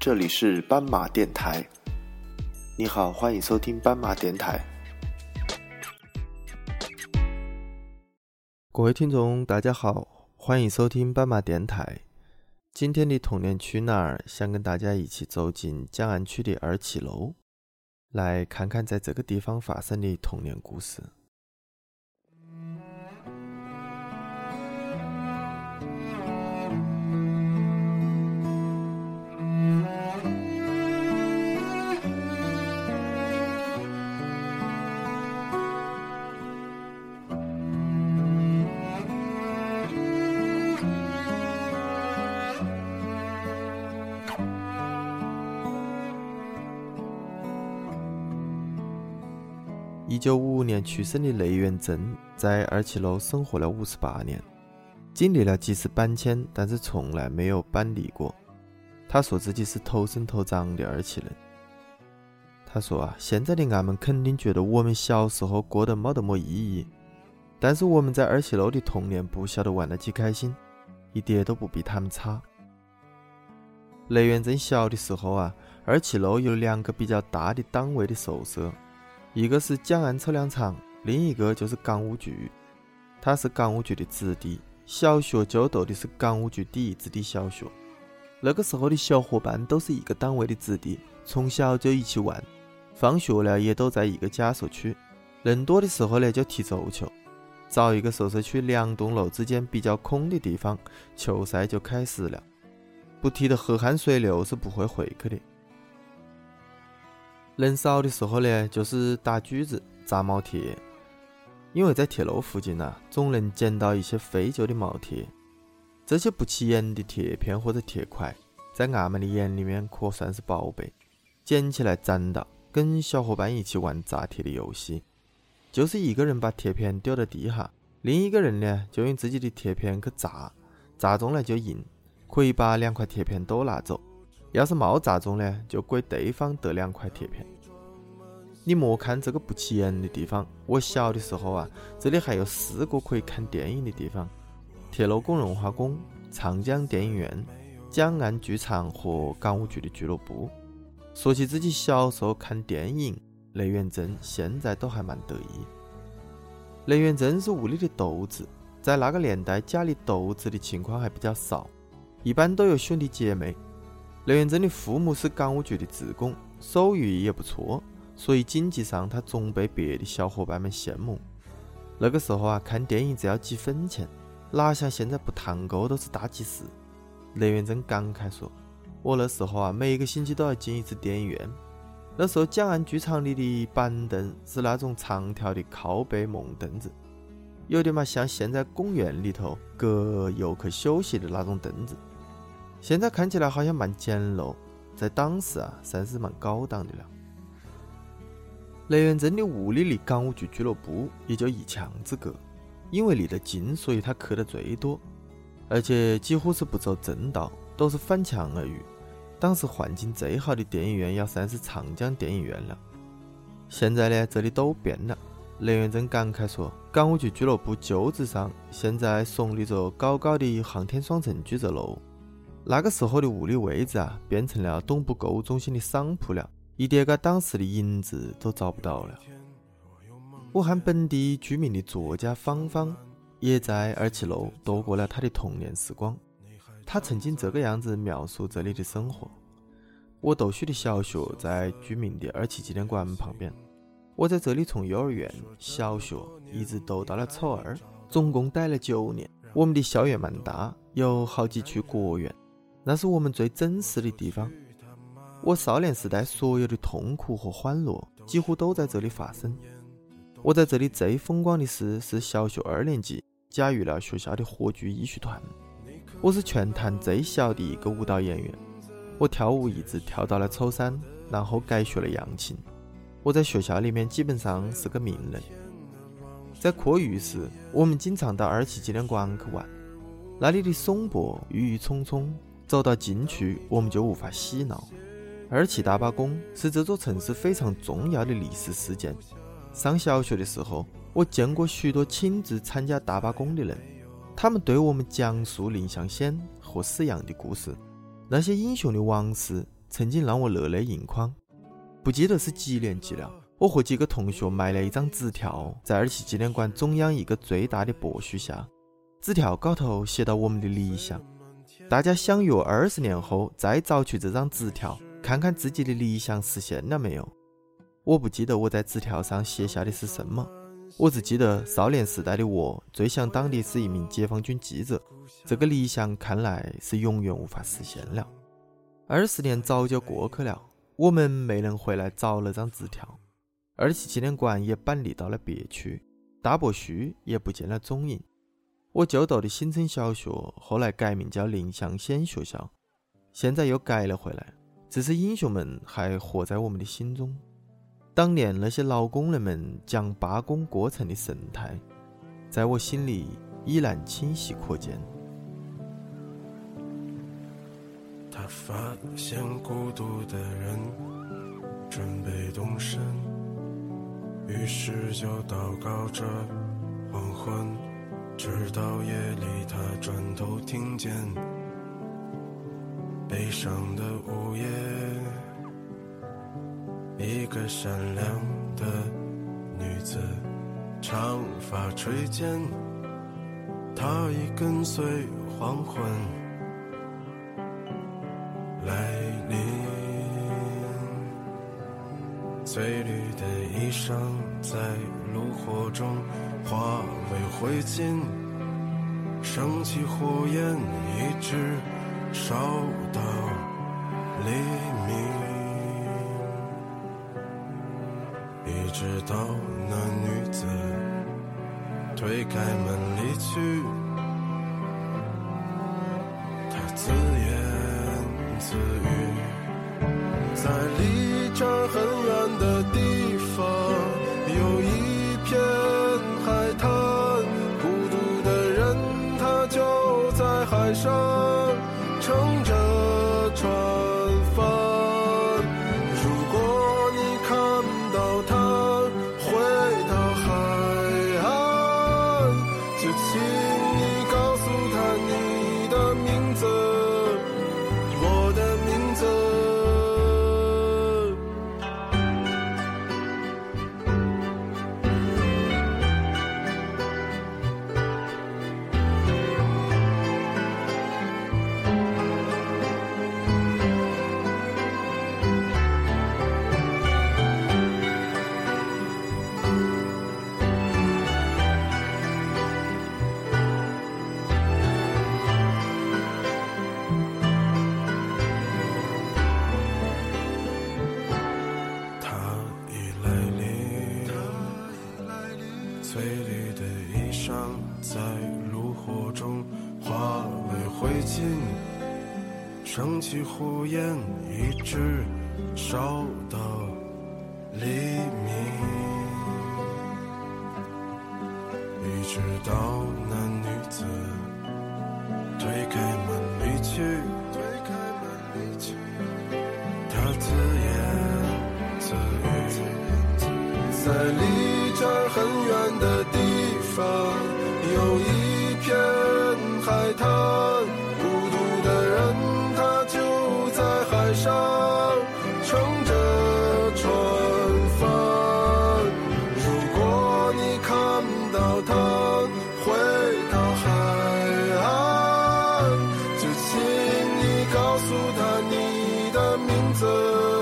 这里是斑马电台。你好，欢迎收听斑马电台。各位听众大家好，欢迎收听斑马电台。今天的童年去哪儿，想跟大家一起走进江岸区的二七楼，来看看在这个地方发生的童年故事。1955年出生的雷元珍在二七楼生活了58年，经历了几次搬迁，但是从来没有搬离过。他说自己是土生土长的二七人。他说现在的俺们肯定觉得我们小时候过得没得么意义，但是我们在二七楼的童年不晓得玩得几开心，一点都不比他们差。雷元珍小的时候二七楼有2个比较大的单位的宿舍，一个是江岸测量厂，另一个就是港务局。他是港务局的子弟，小学就读的是港务局第一子弟小学。那个时候的小伙伴都是一个单位的子弟，从小就一起玩，放学了也都在一个家属区，人多的时候呢就踢足球。找一个宿舍区2栋楼之间比较空的地方，球赛就开始了，不踢得河汉水流是不会回去的。人少的时候呢，就是打锯子、扎毛贴，因为在铁路附近总能捡到一些废旧的毛贴。这些不起眼的贴片或者贴块，在俺们的眼里面可算是宝贝，捡起来粘到，跟小伙伴一起玩扎贴的游戏。就是一个人把贴片丢到地下，另一个人呢就用自己的贴片去扎，扎中了就赢，可以把2块贴片都拿走。要是没砸中呢，就归对方得2块贴片。你莫看这个不起眼的地方，我小的时候这里还有4个可以看电影的地方：铁路工人化工、长江电影院、江岸剧场和港务局的俱乐部。说起自己小时候看电影，雷元珍现在都还蛮得意。雷元珍是屋里的独子，在那个年代家里独子的情况还比较少，一般都有兄弟姐妹。雷元珍的父母是港务局的职工，收入也不错，所以经济上他总被别的小伙伴们羡慕。那个时候看电影只要几分钱，哪像现在不团购都是大几十。雷元珍感慨说，我那时候每个星期都要进一次电影院。那时候江岸剧场里的板凳是那种长条的靠背木凳子，有点像现在公园里头给游客休息的那种凳子。现在看起来好像蛮简陋，在当时算是蛮高档的了。雷元珍的屋里离港务局俱乐部也就1墙之隔，因为离得近，所以他去得最多，而且几乎是不走正道，都是反墙而遇。当时环境最好的电影院要算是长江电影院了。现在呢，这里都变了。雷元珍感慨说，港务局俱乐部旧址上现在耸立着高高的航天双城居者楼。那个时候的物理位置变成了东部购物中心的商铺了，一点个当时的影子都找不到了。我和本地居民的作家芳芳也在二七楼度过了他的童年时光。他曾经这个样子描述这里的生活：我读书的小学在居民的二七纪念馆旁边，我在这里从幼儿园、小学一直读到了初2，总共待了9年。我们的校园蛮大，有好几区国园，那是我们最真实的地方。我少年时代所有的痛苦和欢乐几乎都在这里发生。我在这里最风光的事是小学2年级加入了学校的话剧艺术团，我是全团最小的一个舞蹈演员。我跳舞一直跳到了初3，然后改学了扬琴。我在学校里面基本上是个名人。在课余时，我们经常到二七纪念馆去玩，那里的松柏郁郁葱葱，走到禁区我们就无法嬉闹。二七大罢工是这座城市非常重要的历史事件。上小学的时候，我见过许多亲自参加大罢工的人，他们对我们讲述临湘县和史阳的故事。那些英雄的往事曾经让我热泪盈眶。不记得是几年级了，我和几个同学埋了一张纸条在二七纪念馆中央一个最大的柏树下，纸条高头写到我们的理想，大家相约20年后再找去这张纸条，看看自己的理想实现了没有。我不记得我在纸条上写下的是什么，我只记得少年时代的我最想当的是一名解放军记者，这个理想看来是永远无法实现了。20年早就过去了，我们没能回来找那张纸条。二七纪念馆也搬离到了别区，大柏树也不见了踪影。我就读的新城小学后来改名叫临湘县学校，现在又改了回来，只是英雄们还活在我们的心中。当年那些老工人们将罢工过程的神态，在我心里依然清晰可见。 他发现孤独的人准备动身，于是就祷告着黄昏，直到夜里他转头听见悲伤的午夜，一个善良的女子，长发垂肩，她已跟随黄昏来临。翠绿的衣裳在炉火中化为灰烬，升起火焰一直烧到黎明，一直到那女子推开门离去，她自言自语，在离这儿很远的地方有一片海滩，孤独的人他就在海上乘着船帆，如果你看到他回到海岸，就请你告诉他你的名字，我的名字。翠绿的衣裳在炉火中化为灰烬，升起火焰一直烧到黎明，一直到那女子推开门离去，她自言自语，在离这儿很远的地方有一片海滩，孤独的人他就在海上乘着船帆，如果你看到他回到海岸，就请你告诉他你的名字，